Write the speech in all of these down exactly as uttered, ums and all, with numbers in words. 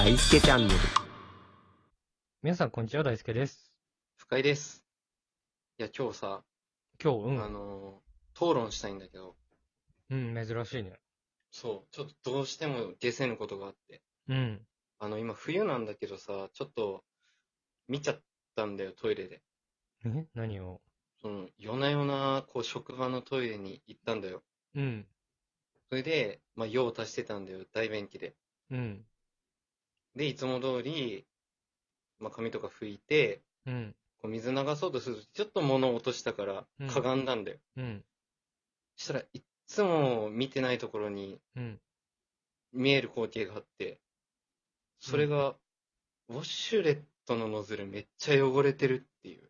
大輔チャンネル。 皆さん、こんにちは。大輔です。 深井です。いや、今日さ、 今日、うん。 あのー、討論したいんだけど、 うん、珍しいね。 そう、ちょっとどうしても解せぬことがあって、 うん。 あの、今冬なんだけどさ、ちょっと見ちゃったんだよ、トイレで。 え何をその、夜な夜な、こう、職場のトイレに行ったんだよ。 うん。 それで、まあ、用を足してたんだよ、大便器で。 うん。 で、いつも通り、まあ、髪とか拭いて、 うん。 こう水流そうとすると、ちょっと物を落としたから、 うんかがんだんだよ。 うん。 そしたらいっつも見てないところにうん。 見える光景があって、それが、ウォシュレットのノズルめっちゃ汚れてるっていう。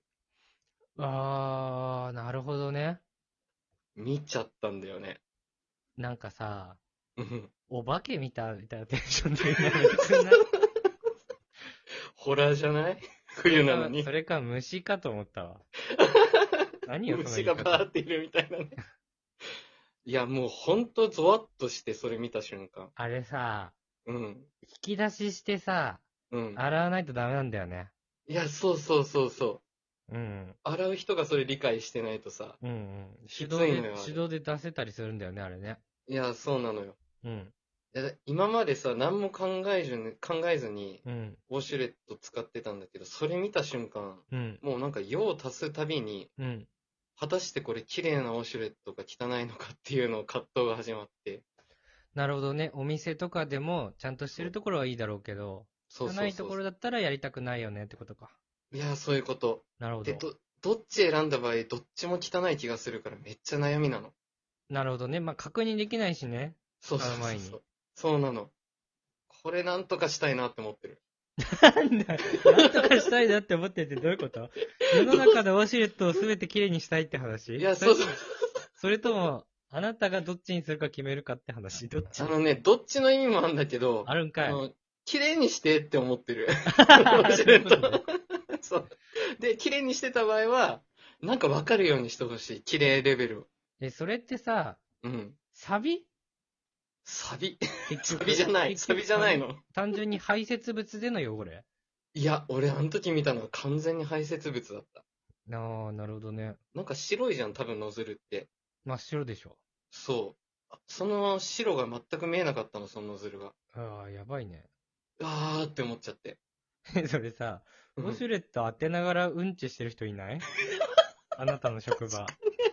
あー、なるほどね。 見ちゃったんだよね。 なんかさ、 うんお化け見たみたいなテンションで言うのやめてくんない？ ホラーじゃないそ冬れなのに。 かそれか虫かと思ったわ。何よ、その虫言い方。 がバーっているみたいなね。いや、もうほんとゾワッとしてそれ見た瞬間。 あれさ、 うん。 引き出ししてさ、 うん。 洗わないとダメなんだよね。 いや、そうそうそうそう。 うん。 洗う人がそれ理解してないとさ、 うんうん。手きつ動で、 いのよ、あれ。 手動で出せたりするんだよね、あれね。 いや、そうなのよ。 うん。 いや今までさ、何も考えずに、考えずに、 うん。 ウォシュレット使ってたんだけど、それ見た瞬間、 うん。 もうなんか用を足すたびに、 うん。 果たしてこれ綺麗なウォシュレットか汚いのかっていうのを葛藤が始まって。 なるほどね。お店とかでも、ちゃんとしてそうるところはいいだろうけど、 そうそうそう。 汚いところだったらやりたくないよねってことか。 いや、そういうこと。で、 なるほど。 ど、どっち選んだ場合、どっちも汚い気がするからめっちゃ悩みなの。 なるほどね。まあ、確認できないしね。 そう使前に。 そううそうそう。そうなの。これなんとかしたいなって思ってる。 なんだ、なんとかしたいなって思っててどういうこと世の中のウォシュレットをすべてきれいにしたいって話いや、そうそう。 それとも、あなたがどっちにするか決めるかって話どっちあのね、どっちの意味もあるんだけど、 あるんかい。 あの、綺麗にしてって思ってる。ウそうォシュレッいうことねト。そう。で、綺麗にしてた場合は、なんか分かるようにしてほしい。綺麗レベルを。 え、それってさ、 うん。 サビサビ。 結局。 サビじゃない。 結局サビじゃないの。 単純に排泄物での汚れいや、俺あの時見たのは完全に排泄物だった。 ああ、なるほどね。 なんか白いじゃん、多分ノズルって。 真っ白でしょ。 そう。あその白が全く見えなかったの、そのノズルが。 ああ、やばいね。 あーって思っちゃって。 それさ、ウうんォシュレット当てながらうんちしてる人いないあなたの職場。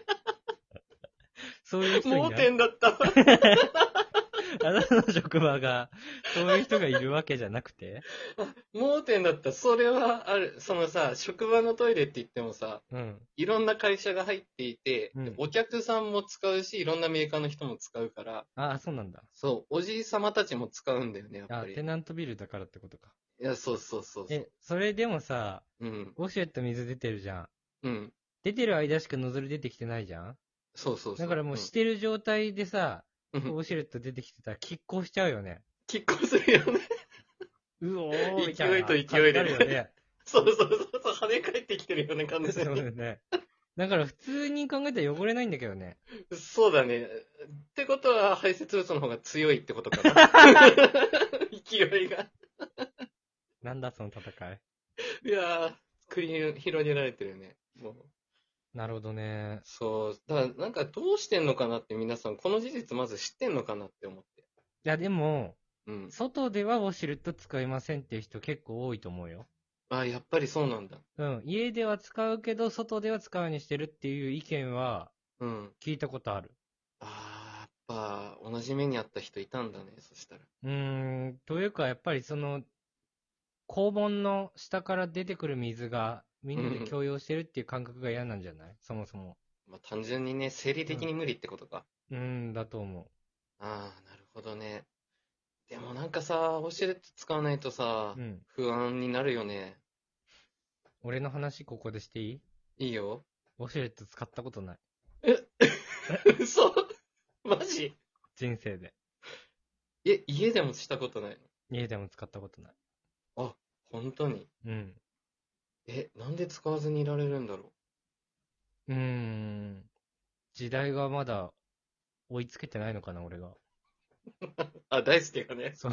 そういう人い盲ない点だった。 あなたの職場が、そういう人がいるわけじゃなくて盲点だった。それはある。そのさ、職場のトイレって言ってもさ、 うん。 いろんな会社が入っていて、 うんでお客さんも使うし、いろんなメーカーの人も使うから、 ああ、そうなんだ。 そう、おじいさまたちも使うんだよね、やっあぱり。 テナントビルだからってことか。 いや、そうそうそうそえ、それでもさ、 う。うん。 ウォシュレット水出てるじゃん。 うん。 出てる間しかノズル出てきてないじゃんそうそうそう。 だからもうしてる状態でさ、 うん、うん。 ウォシュレット出てきてたら拮抗しちゃうよね。 拮抗するよね。 うおーみたいな。 勢いと勢いでなるよね。 そうそうそうそう、跳ね返ってきてるよね、完そう全に。 だよね。だから普通に考えたら汚れないんだけどね。 そうだね。ってことは、排泄物の方が強いってことかな。勢いが。 なんだその戦い。 いやー、繰り広げられてるね。もう。 なるほどね。 そう。だから、なんかどうしてんのかなって皆さん、この事実まず知ってんのかなって思って。 いやでも、 うん。 外ではウォシュレット使いませんっていう人結構多いと思うよ。 あ、やっぱりそうなんだ。 うん。家では使うけど、外では使うようにしてるっていう意見はうん。 聞いたことある。 あー、やっぱ、同じ目にあった人いたんだね、そしたら。 うーん。というか、やっぱりその、肛門の下から出てくる水がみんなで共用してるっていう感覚が嫌なんじゃないそもそも。 まあ、単純にね、生理的に無理ってことか。 うーん、だと思ああ、なるほどね。でもなんかさ、ウォシュレット使わないとさ、 う。うん。 不安になるよね。 俺の話ここでしていいいいよ。 ウォシュレット使ったことない。 嘘マジ人生で。 え、家でもしたことない家でも使ったことない。 の？あ、本当に。 うん。 え、なんで使わずにいられるんだろうーん。時代がまだ追いつけてないのかな、俺が。 う。あ、大輔がね。 そう。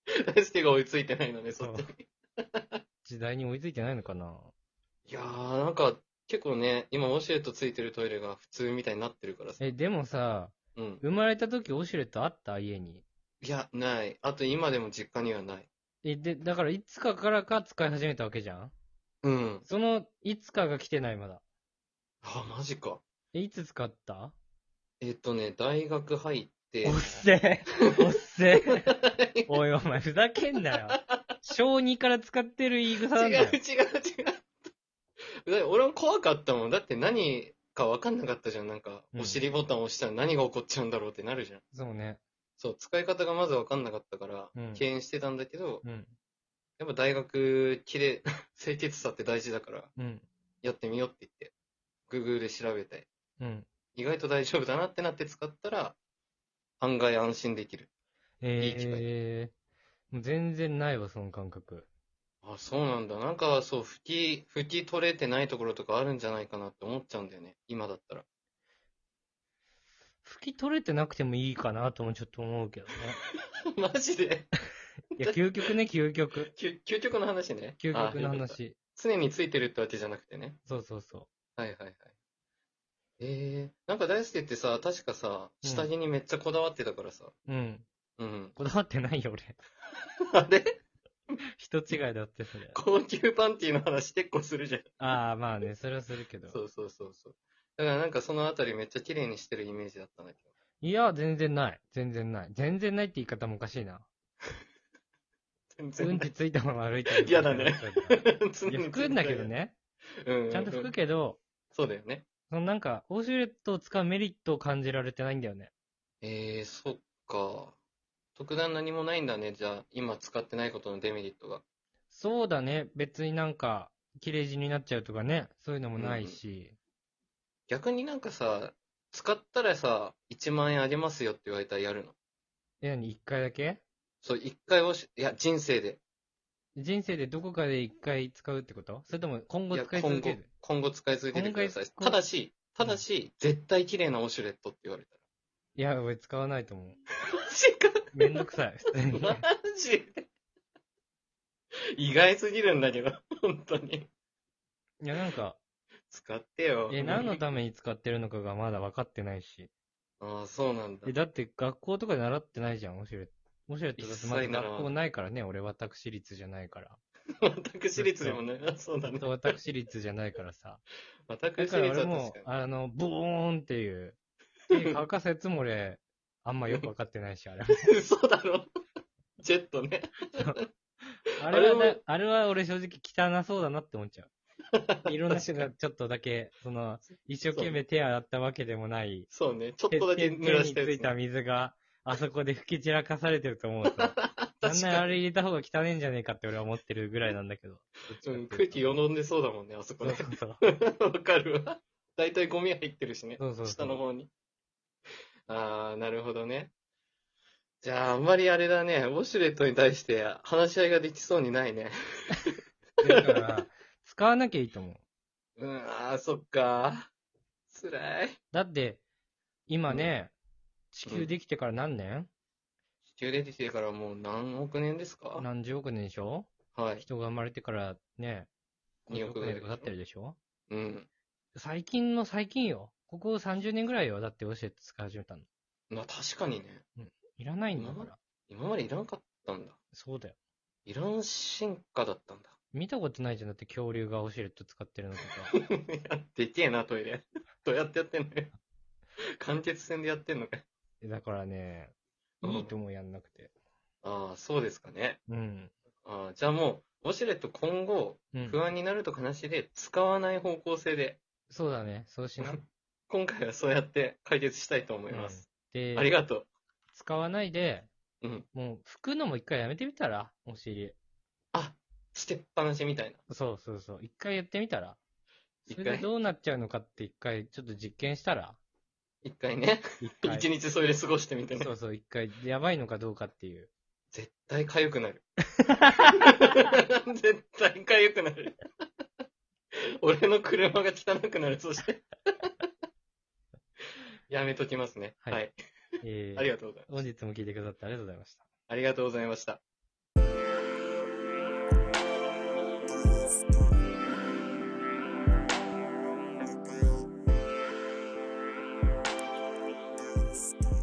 大輔が追いついてないのね、そっちに。 時代に追いついてないのかな。 いやー、なんか、結構ね、今ウォシュレットついてるトイレが普通みたいになってるからさ。 え、でもさ、 うん。 生まれた時ウォシュレットあった家に。 いや、ない。あと今でも実家にはない。 え、で、だからいつかからか使い始めたわけじゃん。 うん。 その、いつかが来てないまだ。 あ、マジか。 え、いつ使った？ えっとね、大学入っておっ、せえ。おっせえ。おいお前、ふざけんなよ。小にから使ってる言い草なんだよ。 違う違う違う。だって俺も怖かったもん。だって何か分かんなかったじゃん。なんか、 うんお尻ボタン押したら何が起こっちゃうんだろうってなるじゃん。 そうね。 そう、使い方がまず分かんなかったからうん、 敬遠してたんだけど、 うん。 やっぱ大学、きれい、清潔さって大事だから、 うん。 やってみようって言って、Google で調べて、 うん。 意外と大丈夫だなってなって使ったら、案外安心できる。いい機会。 えー、もう全然ないわ、その感覚。 あ、そうなんだ。なんか、そう、拭き、拭き取れてないところとかあるんじゃないかなって思っちゃうんだよね。今だったら。 拭き取れてなくてもいいかなともちょっと思うけどね。 マジでいや、究極ね、究極。 究究極の話ね。 究極のあよかった話。 常についてるってわけじゃなくてね。 そうそうそはいはいはい。えー、なんか大輔ってさ、確かさ、 うん下着にめっちゃこだわってたからさ。 う。うん。 うん。 こだわってないよ、俺。 あれ人違いだって、それ。 高級パンティーの話結構するじゃん。 ああ、まあね、それはするけど。 そうそうそうそう。だからなんかそのあたりめっちゃ綺麗にしてるイメージだったんだけど。 いや、全然ない。全然ない。全然ないって言い方もおかしいな。 全然ない。 うんちついたまま歩いてる。 嫌だね。 いや、拭くんだけど。ね。 うん、うん。 ちゃんと拭くけど、 そうだよね。 そのなんか、ウォシュレットを使うメリットを感じられてないんだよね。 えー、そっか。特段何もないんだね。じゃあ、今使ってないことのデメリットが。 そうだね。別になんか、切れ字になっちゃうとかね。そういうのもないし。 逆になんかさ、使ったらさ、いちまん円あげますよって言われたらやるの。 え、何一回だけ？ そう、一回をし、いや、人生で。 人生でどこかで一回使うってこと？それとも今後いや、 使い今後続ける？、 今後使い続けてください。 今後ただし、ただし、絶対綺麗なウォシュレットって言われたいや、俺使わないと思う。 ら。マジか。 めんどくさい。普通に。 マジで。意外すぎるんだけど、本当に。 いや、なんか、 使ってよ。 え、何のために使ってるのかがまだ分かってないし。 ああ、そうなんだえ、。だって学校とかで習ってないじゃん、ウォシュレット。ウォシュレットだってまず一切習わない学校ないからね、俺私立じゃないから。 私立でもね、そうだね。 私立じゃないからさ。だ私立から俺はも確、かあの、ボーンっていう、手乾かすやつも俺、あんまよく分かってないし、あれ。 に。嘘だろ。ジェットね。 あれはあれね、あれは俺正直汚そうだなって思っちゃう。いろんな人がちょっとだけ、その、一生懸命手洗ったわけでもない、 そうね、ちょっ手とだけ手濡らしたやつ手についた水が、あそこで吹き散らかされてると思うと、なんならあれ入れた方が汚いんじゃねえかって俺は思ってるぐらいなんだけど。 うん、空気よどんでそうだもんね、あそこね。 そうそうそう。 わかるわ。だいたいゴミ入ってるしね。 そうそうそう下の方に。あー、なるほどね。じゃあ、あんまりあれだね、ウォシュレットに対して話し合いができそうにないね。 だから、使わなきゃいいと思う。 うん、あー、そっか。辛い。 だって、今ね、地球できてから何年？ 地球出てきてからもう何億年ですか？ 何十億年でしょ？ はい。 人が生まれてからね、 におくぐらいごじゅうおく年とか経ってるでしょ？ うん。 最近の最近よ。ここさんじゅうねんぐらいよ。だってウォシュレット使い始めたの。 まあ確かにね。 いらないんだから。 今までいらなかったんだ。 そうだよ。 いらん進化だったんだ。 見たことないじゃん。だって恐竜がウォシュレット使ってるのとか。 いや、でけえな、トイレ。どうやってやってんのよ。間欠泉でやってんのかよ。 だからね、 うんいいともやんなくて。 ああ、そうですかね。 うん。 ああ、じゃあもう、ウォシュレット今後、 うん。 不安になるとかなしで、使わない方向性で、 そうだね。そうしな。 今回はそうやって解決したいと思います。 で、 ありがと使わないで、 う。うん。 もう拭くのも一回やめてみたら、お尻。 あ、つけっぱなしみたいな。 そうそうそう。一回やってみたら。そ一回れでどうなっちゃうのかって一回ちょっと実験したら。 一回ね。 一回。 一日それで過ごしてみてねそ。うそう、一回、やばいのかどうかっていう。 絶対痒くなる。絶対痒くなる。俺の車が汚くなる、そして。やめときますね。 はいはい。 えー、 ありがとうございます。 本日も聞いてくださってありがとうございました。 ありがとうございました。 Stop.